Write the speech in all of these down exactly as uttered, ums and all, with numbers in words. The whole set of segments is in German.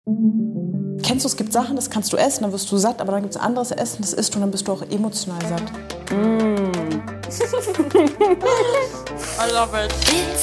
Kennst du, es gibt Sachen, das kannst du essen, dann wirst du satt, aber dann gibt es anderes Essen, das isst du und dann bist du auch emotional satt. Mm. I love it.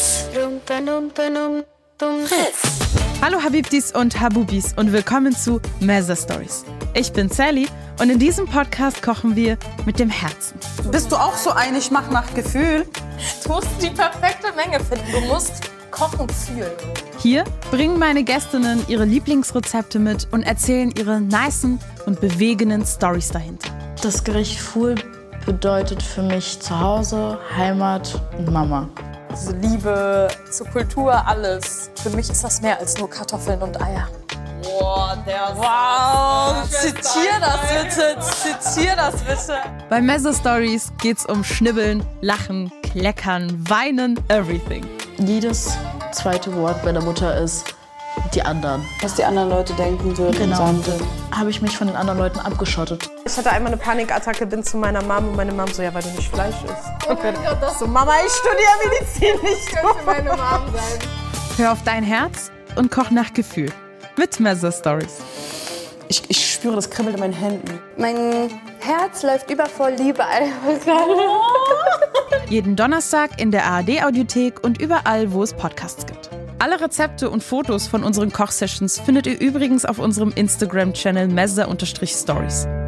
Hallo Habibdis und Habubis und willkommen zu Mezza Stories. Ich bin Sally und in diesem Podcast kochen wir mit dem Herzen. Bist du auch so ein, ich mach nach Gefühl? Du musst die perfekte Menge finden. Du musst kochen fühlen. Hier bringen meine Gästinnen ihre Lieblingsrezepte mit und erzählen ihre nicen und bewegenden Stories dahinter. Das Gericht Ful bedeutet für mich Zuhause, Heimat und Mama. Diese Liebe zur Kultur, alles. Für mich ist das mehr als nur Kartoffeln und Eier. Boah, der Wow, zitier das bitte, zitier das bitte. Bei Mezza Stories geht's um Schnibbeln, Lachen, Kleckern, Weinen, everything. Jedes zweite Wort bei der Mutter ist die anderen. Was die anderen Leute denken würden. Genau. Und sagen. Habe ich mich von den anderen Leuten abgeschottet. Ich hatte einmal eine Panikattacke, bin zu meiner Mom und meine Mom so, ja, weil du nicht Fleisch isst. Oh mein Gott, das So, Mama, ich studiere Medizin, nicht könnte meine Mom sein. Hör auf dein Herz und koch nach Gefühl mit Mezza Stories. Ich, ich spüre, das kribbelt in meinen Händen. Mein Herz läuft über vor Liebe. Jeden Donnerstag in der A R D-Audiothek und überall, wo es Podcasts gibt. Alle Rezepte und Fotos von unseren Kochsessions findet ihr übrigens auf unserem Instagram-Channel Mezza Stories.